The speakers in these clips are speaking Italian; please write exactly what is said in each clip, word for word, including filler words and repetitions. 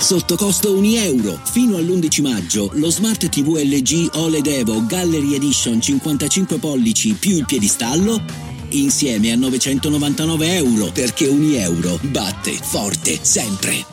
sotto costo un euro. Fino all'undici maggio lo Smart ti vu L G O L E D Evo Gallery Edition cinquantacinque pollici più il piedistallo insieme a novecentonovantanove euro, perché un euro batte forte sempre.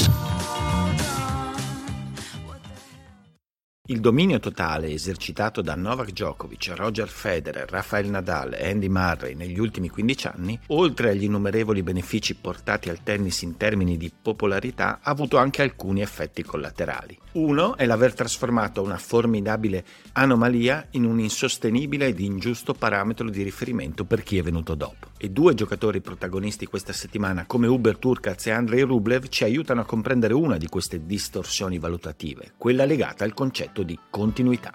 Il dominio totale esercitato da Novak Djokovic, Roger Federer, Rafael Nadal e Andy Murray negli ultimi quindici anni, oltre agli innumerevoli benefici portati al tennis in termini di popolarità, ha avuto anche alcuni effetti collaterali. Uno è l'aver trasformato una formidabile anomalia in un insostenibile ed ingiusto parametro di riferimento per chi è venuto dopo. E due giocatori protagonisti questa settimana come Hubert Hurkacz e Andrei Rublev ci aiutano a comprendere una di queste distorsioni valutative, quella legata al concetto di continuità.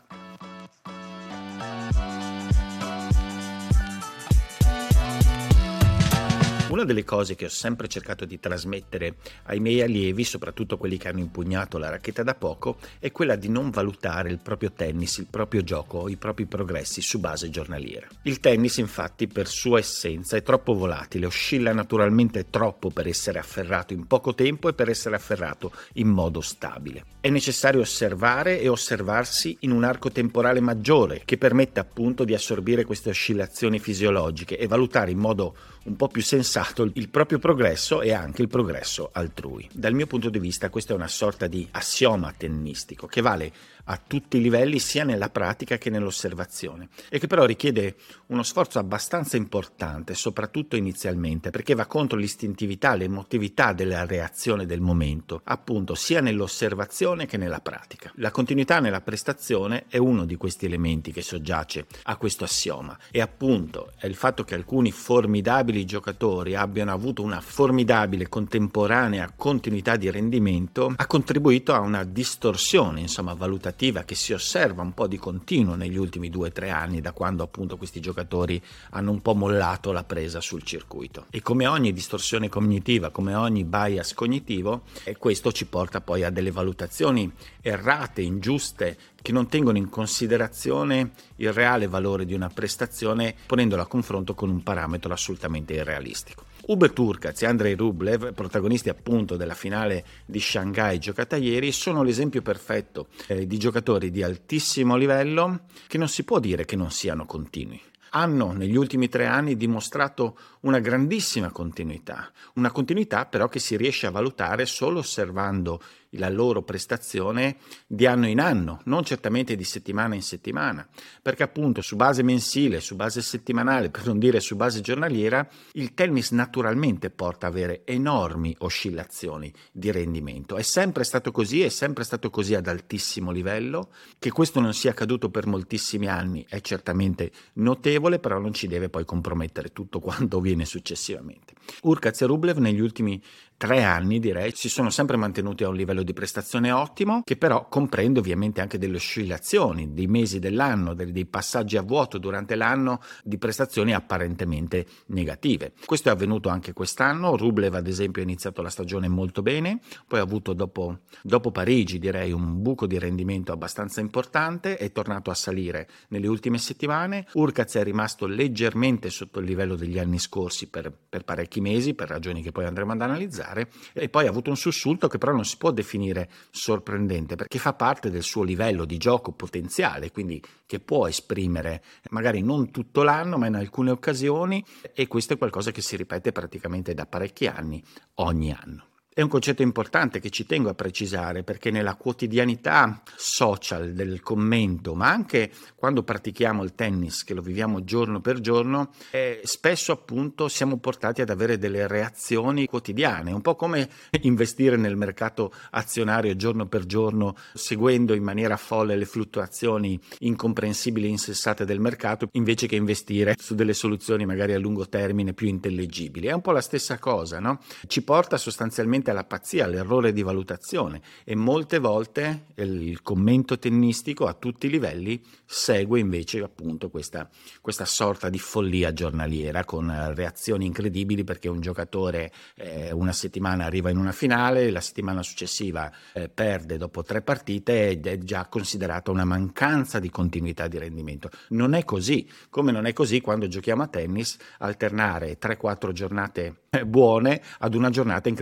Una delle cose che ho sempre cercato di trasmettere ai miei allievi, soprattutto quelli che hanno impugnato la racchetta da poco, è quella di non valutare il proprio tennis, il proprio gioco, i propri progressi su base giornaliera. Il tennis, infatti, per sua essenza è troppo volatile, oscilla naturalmente troppo per essere afferrato in poco tempo e per essere afferrato in modo stabile. È necessario osservare e osservarsi in un arco temporale maggiore che permetta appunto di assorbire queste oscillazioni fisiologiche e valutare in modo un po' più sensato il proprio progresso e anche il progresso altrui. Dal mio punto di vista questa è una sorta di assioma tennistico che vale a tutti i livelli sia nella pratica che nell'osservazione e che però richiede uno sforzo abbastanza importante, soprattutto inizialmente, perché va contro l'istintività, l'emotività della reazione del momento, appunto sia nell'osservazione che nella pratica. La continuità nella prestazione è uno di questi elementi che soggiace a questo assioma e appunto è il fatto che alcuni formidabili giocatori abbiano avuto una formidabile contemporanea continuità di rendimento ha contribuito a una distorsione, insomma, valutativa che si osserva un po' di continuo negli ultimi due o tre anni, da quando appunto questi giocatori hanno un po' mollato la presa sul circuito. E come ogni distorsione cognitiva, come ogni bias cognitivo, e questo ci porta poi a delle valutazioni errate, ingiuste, che non tengono in considerazione il reale valore di una prestazione, ponendola a confronto con un parametro assolutamente irrealistico. Hubert Hurkacz e Andrei Rublev, protagonisti appunto della finale di Shanghai giocata ieri, sono l'esempio perfetto eh, di giocatori di altissimo livello che non si può dire che non siano continui. Hanno negli ultimi tre anni dimostrato una grandissima continuità, una continuità però che si riesce a valutare solo osservando la loro prestazione di anno in anno, non certamente di settimana in settimana, perché appunto su base mensile, su base settimanale, per non dire su base giornaliera, il tennis naturalmente porta a avere enormi oscillazioni di rendimento. È sempre stato così, è sempre stato così ad altissimo livello. Che questo non sia accaduto per moltissimi anni è certamente notevole, però non ci deve poi compromettere tutto quanto viene successivamente. Hurkacz e Rublev negli ultimi tre anni, direi, si sono sempre mantenuti a un livello di prestazione ottimo, che però comprende ovviamente anche delle oscillazioni, dei mesi dell'anno, dei, dei passaggi a vuoto durante l'anno di prestazioni apparentemente negative. Questo è avvenuto anche quest'anno. Rublev, ad esempio, ha iniziato la stagione molto bene, poi ha avuto dopo, dopo Parigi, direi, un buco di rendimento abbastanza importante, è tornato a salire nelle ultime settimane. Hurkacz è rimasto leggermente sotto il livello degli anni scorsi per, per parecchi mesi, per ragioni che poi andremo ad analizzare, e poi ha avuto un sussulto che però non si può definire sorprendente perché fa parte del suo livello di gioco potenziale, quindi che può esprimere magari non tutto l'anno ma in alcune occasioni, e questo è qualcosa che si ripete praticamente da parecchi anni ogni anno. È un concetto importante che ci tengo a precisare perché nella quotidianità social del commento, ma anche quando pratichiamo il tennis, che lo viviamo giorno per giorno, eh, spesso appunto siamo portati ad avere delle reazioni quotidiane, un po' come investire nel mercato azionario giorno per giorno, seguendo in maniera folle le fluttuazioni incomprensibili e insensate del mercato, invece che investire su delle soluzioni magari a lungo termine più intellegibili. È un po' la stessa cosa, no? Ci porta sostanzialmente alla pazzia, all'errore di valutazione, e molte volte il commento tennistico a tutti i livelli segue invece appunto questa, questa sorta di follia giornaliera con reazioni incredibili perché un giocatore eh, una settimana arriva in una finale, la settimana successiva eh, perde dopo tre partite ed è già considerata una mancanza di continuità di rendimento. Non è così, come non è così quando giochiamo a tennis alternare tre quattro giornate buone ad una giornata incredibilmente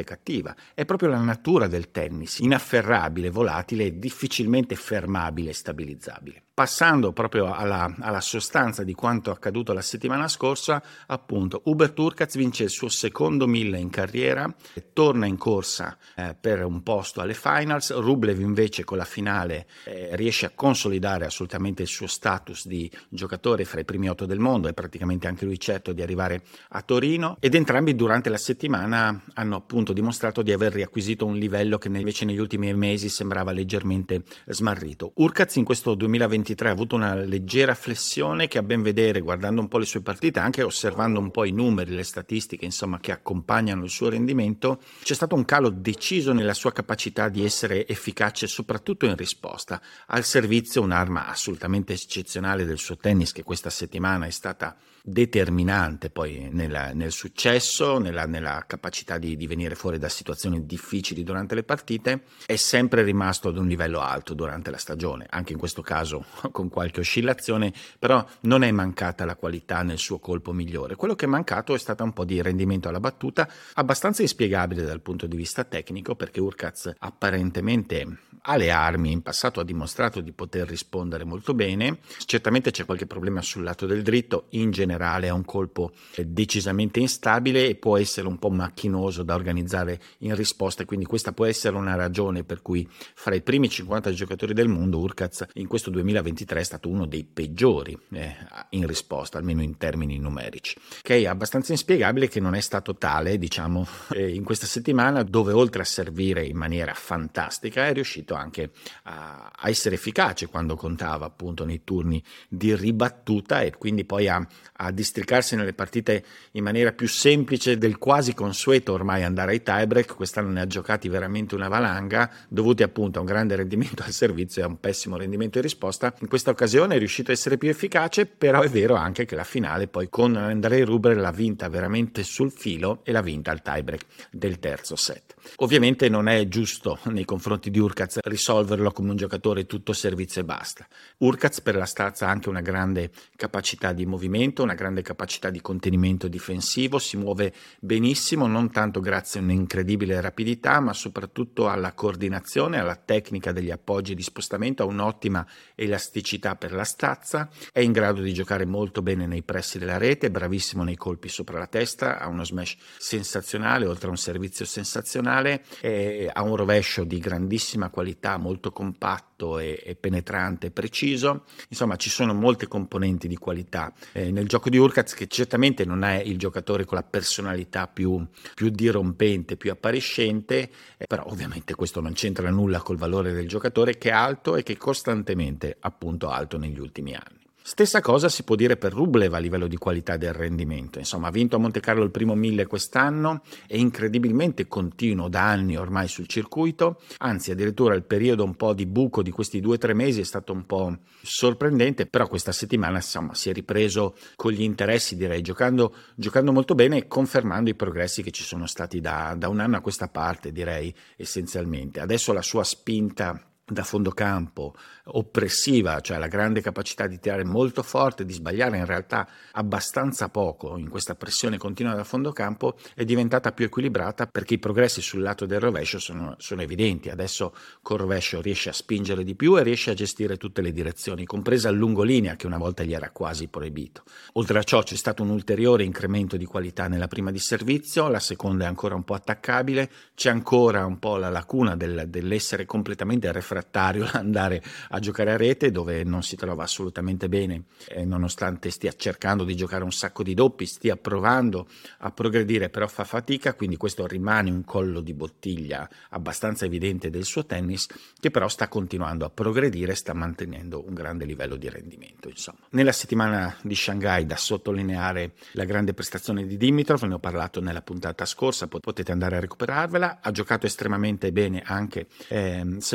niente cattiva, è proprio la natura del tennis, inafferrabile, volatile e difficilmente fermabile e stabilizzabile. Passando proprio alla, alla sostanza di quanto accaduto la settimana scorsa, appunto Hubert Hurkacz vince il suo secondo mille in carriera, torna in corsa eh, per un posto alle finals. Rublev invece con la finale eh, riesce a consolidare assolutamente il suo status di giocatore fra i primi otto del mondo, è praticamente anche lui certo di arrivare a Torino, ed entrambi durante la settimana hanno appunto dimostrato di aver riacquisito un livello che invece negli ultimi mesi sembrava leggermente smarrito. Hurkacz in questo duemilaventitré ha avuto una leggera flessione che, a ben vedere guardando un po' le sue partite, anche osservando un po' i numeri, le statistiche insomma che accompagnano il suo rendimento, c'è stato un calo deciso nella sua capacità di essere efficace soprattutto in risposta. Al servizio, un'arma assolutamente eccezionale del suo tennis, che questa settimana è stata determinante poi nella, nel successo, nella, nella capacità di, di venire fuori da situazioni difficili durante le partite. È sempre rimasto ad un livello alto durante la stagione, anche in questo caso con qualche oscillazione, però non è mancata la qualità nel suo colpo migliore. Quello che è mancato è stata un po' di rendimento alla battuta, abbastanza inspiegabile dal punto di vista tecnico, perché Hurkacz apparentemente ha le armi, in passato ha dimostrato di poter rispondere molto bene. Certamente c'è qualche problema sul lato del dritto, in generale ha un colpo decisamente instabile e può essere un po' macchinoso da organizzare in risposta, quindi questa può essere una ragione per cui fra i primi cinquanta giocatori del mondo Hurkacz in questo duemilaventitré è stato uno dei peggiori eh, in risposta, almeno in termini numerici, che è abbastanza inspiegabile che non è stato tale, diciamo, eh, in questa settimana, dove oltre a servire in maniera fantastica è riuscito anche a, a essere efficace quando contava, appunto nei turni di ribattuta, e quindi poi a, a districarsi nelle partite in maniera più semplice del quasi consueto ormai andare ai tiebreak. Quest'anno ne ha giocati veramente una valanga, dovuti appunto a un grande rendimento al servizio e a un pessimo rendimento in risposta. In questa occasione è riuscito a essere più efficace, però è vero anche che la finale poi con Andrei Rublev l'ha vinta veramente sul filo e l'ha vinta al tiebreak del terzo set. Ovviamente non è giusto nei confronti di Hurkacz risolverlo come un giocatore tutto servizio e basta. Hurkacz per la stazza ha anche una grande capacità di movimento, una grande capacità di contenimento difensivo, si muove benissimo, non tanto grazie a un'incredibile rapidità, ma soprattutto alla coordinazione, alla tecnica degli appoggi di spostamento, a un'ottima elasticità per la stazza, è in grado di giocare molto bene nei pressi della rete, è bravissimo nei colpi sopra la testa, ha uno smash sensazionale, oltre a un servizio sensazionale, e ha un rovescio di grandissima qualità, molto compatto e, e penetrante e preciso. Insomma, ci sono molte componenti di qualità eh, nel gioco di Hurkacz, che certamente non è il giocatore con la personalità più, più dirompente, più appariscente, eh, però ovviamente questo non c'entra nulla col valore del giocatore, che è alto e che è costantemente appunto alto negli ultimi anni. Stessa cosa si può dire per Rublev a livello di qualità del rendimento. Insomma, ha vinto a Monte Carlo il primo mille quest'anno, è incredibilmente continuo da anni ormai sul circuito, anzi addirittura il periodo un po' di buco di questi due o tre mesi è stato un po' sorprendente, però questa settimana insomma si è ripreso con gli interessi, direi, giocando, giocando molto bene e confermando i progressi che ci sono stati da, da un anno a questa parte, direi, essenzialmente. Adesso la sua spinta da fondo campo oppressiva, cioè la grande capacità di tirare molto forte, di sbagliare in realtà abbastanza poco in questa pressione continua da fondo campo, è diventata più equilibrata, perché i progressi sul lato del rovescio sono, sono evidenti. Adesso col rovescio riesce a spingere di più e riesce a gestire tutte le direzioni, compresa il lungolinea che una volta gli era quasi proibito. Oltre a ciò c'è stato un ulteriore incremento di qualità nella prima di servizio, la seconda è ancora un po' attaccabile, c'è ancora un po' la lacuna del, dell'essere completamente refrattario ad andare a giocare a rete, dove non si trova assolutamente bene, eh, nonostante stia cercando di giocare un sacco di doppi, stia provando a progredire, però fa fatica, quindi questo rimane un collo di bottiglia abbastanza evidente del suo tennis, che però sta continuando a progredire, sta mantenendo un grande livello di rendimento. Insomma, nella settimana di Shanghai da sottolineare la grande prestazione di Dimitrov, ne ho parlato nella puntata scorsa, potete andare a recuperarvela. Ha giocato estremamente bene anche eh, Sebastian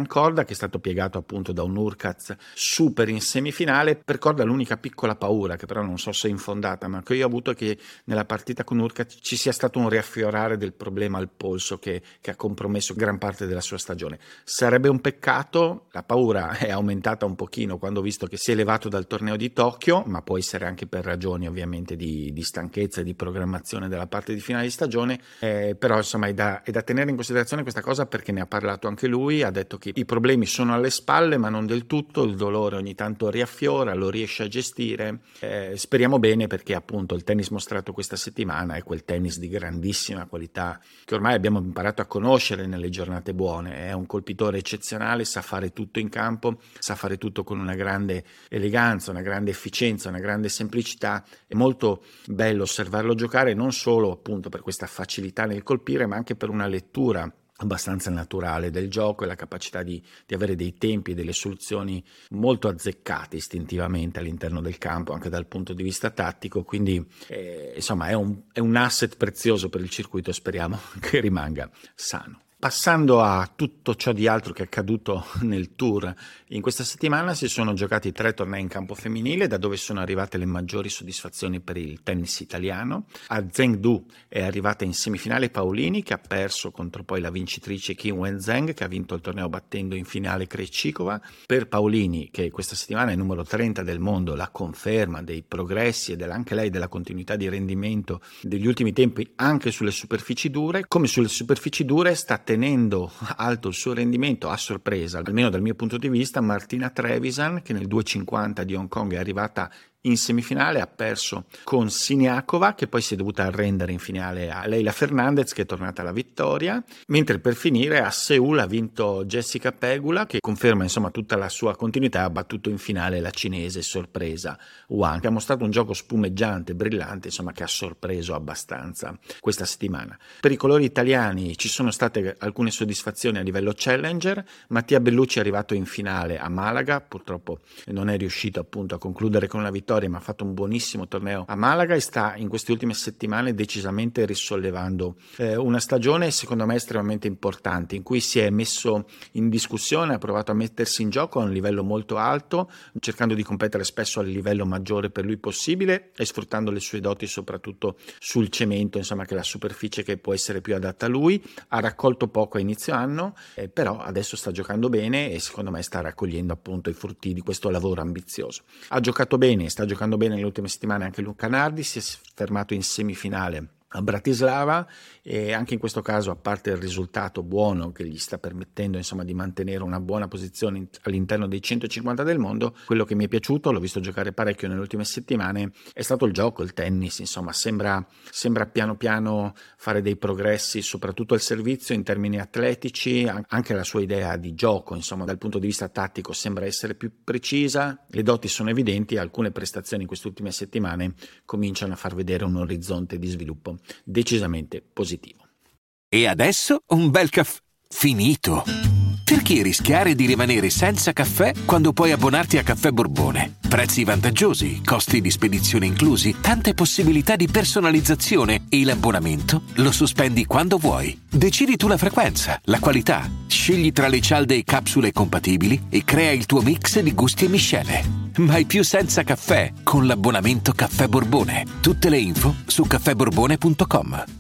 Corda, che è stato piegato appunto da un Urkaz super in semifinale. Per Corda l'unica piccola paura, che però non so se è infondata, ma che io ho avuto, è che nella partita con Urkaz ci sia stato un riaffiorare del problema al polso che, che ha compromesso gran parte della sua stagione. Sarebbe un peccato, la paura è aumentata un pochino quando ho visto che si è levato dal torneo di Tokyo, ma può essere anche per ragioni ovviamente di, di stanchezza e di programmazione della parte di finale di stagione, eh, però insomma è da, è da tenere in considerazione questa cosa, perché ne ha parlato anche lui, ha detto che i problemi sono alle spalle ma non del tutto, il dolore ogni tanto riaffiora, lo riesce a gestire, eh, speriamo bene, perché appunto il tennis mostrato questa settimana è quel tennis di grandissima qualità che ormai abbiamo imparato a conoscere nelle giornate buone. È un colpitore eccezionale, sa fare tutto in campo, sa fare tutto con una grande eleganza, una grande efficienza, una grande semplicità. È molto bello osservarlo giocare, non solo appunto per questa facilità nel colpire, ma anche per una lettura abbastanza naturale del gioco e la capacità di, di avere dei tempi e delle soluzioni molto azzeccate istintivamente all'interno del campo, anche dal punto di vista tattico. Quindi eh, insomma è un, è un asset prezioso per il circuito, speriamo che rimanga sano. Passando a tutto ciò di altro che è accaduto nel tour, in questa settimana si sono giocati tre tornei in campo femminile, da dove sono arrivate le maggiori soddisfazioni per il tennis italiano. A Zhengdu è arrivata in semifinale Paolini, che ha perso contro poi la vincitrice Qin Wenzheng, che ha vinto il torneo battendo in finale Krejcikova. Per Paolini, che questa settimana è numero trenta del mondo, la conferma dei progressi e anche lei della continuità di rendimento degli ultimi tempi anche sulle superfici dure. Come sulle superfici dure sta tenendo alto il suo rendimento a sorpresa, almeno dal mio punto di vista, Martina Trevisan, che nel due cinquanta di Hong Kong è arrivata in semifinale, ha perso con Siniakova, che poi si è dovuta arrendere in finale a Leila Fernandez, che è tornata alla vittoria, mentre per finire a Seul ha vinto Jessica Pegula, che conferma insomma tutta la sua continuità, ha battuto in finale la cinese sorpresa Wang, che ha mostrato un gioco spumeggiante, brillante, insomma, che ha sorpreso abbastanza questa settimana. Per i colori italiani ci sono state alcune soddisfazioni a livello challenger. Mattia Bellucci è arrivato in finale a Malaga, purtroppo non è riuscito appunto a concludere con la vittoria, ma ha fatto un buonissimo torneo a Malaga e sta in queste ultime settimane decisamente risollevando eh, una stagione secondo me estremamente importante, in cui si è messo in discussione, ha provato a mettersi in gioco a un livello molto alto, cercando di competere spesso al livello maggiore per lui possibile e sfruttando le sue doti soprattutto sul cemento, insomma, che è la superficie che può essere più adatta a lui. Ha raccolto poco a inizio anno, eh, però adesso sta giocando bene e secondo me sta raccogliendo appunto i frutti di questo lavoro ambizioso. Ha giocato bene, sta giocando bene nelle ultime settimane anche Luca Nardi, si è fermato in semifinale a Bratislava e anche in questo caso, a parte il risultato buono che gli sta permettendo insomma di mantenere una buona posizione all'interno dei centocinquanta del mondo, quello che mi è piaciuto, l'ho visto giocare parecchio nelle ultime settimane, è stato il gioco, il tennis, insomma sembra, sembra piano piano fare dei progressi soprattutto al servizio in termini atletici, anche la sua idea di gioco insomma dal punto di vista tattico sembra essere più precisa, le doti sono evidenti, alcune prestazioni in queste ultime settimane cominciano a far vedere un orizzonte di sviluppo decisamente positivo. E adesso un bel caffè finito. Perché rischiare di rimanere senza caffè quando puoi abbonarti a Caffè Borbone? Prezzi vantaggiosi, costi di spedizione inclusi, tante possibilità di personalizzazione e l'abbonamento lo sospendi quando vuoi. Decidi tu la frequenza, la qualità, scegli tra le cialde e capsule compatibili e crea il tuo mix di gusti e miscele. Mai più senza caffè con l'abbonamento Caffè Borbone. Tutte le info su caffè borbone punto com.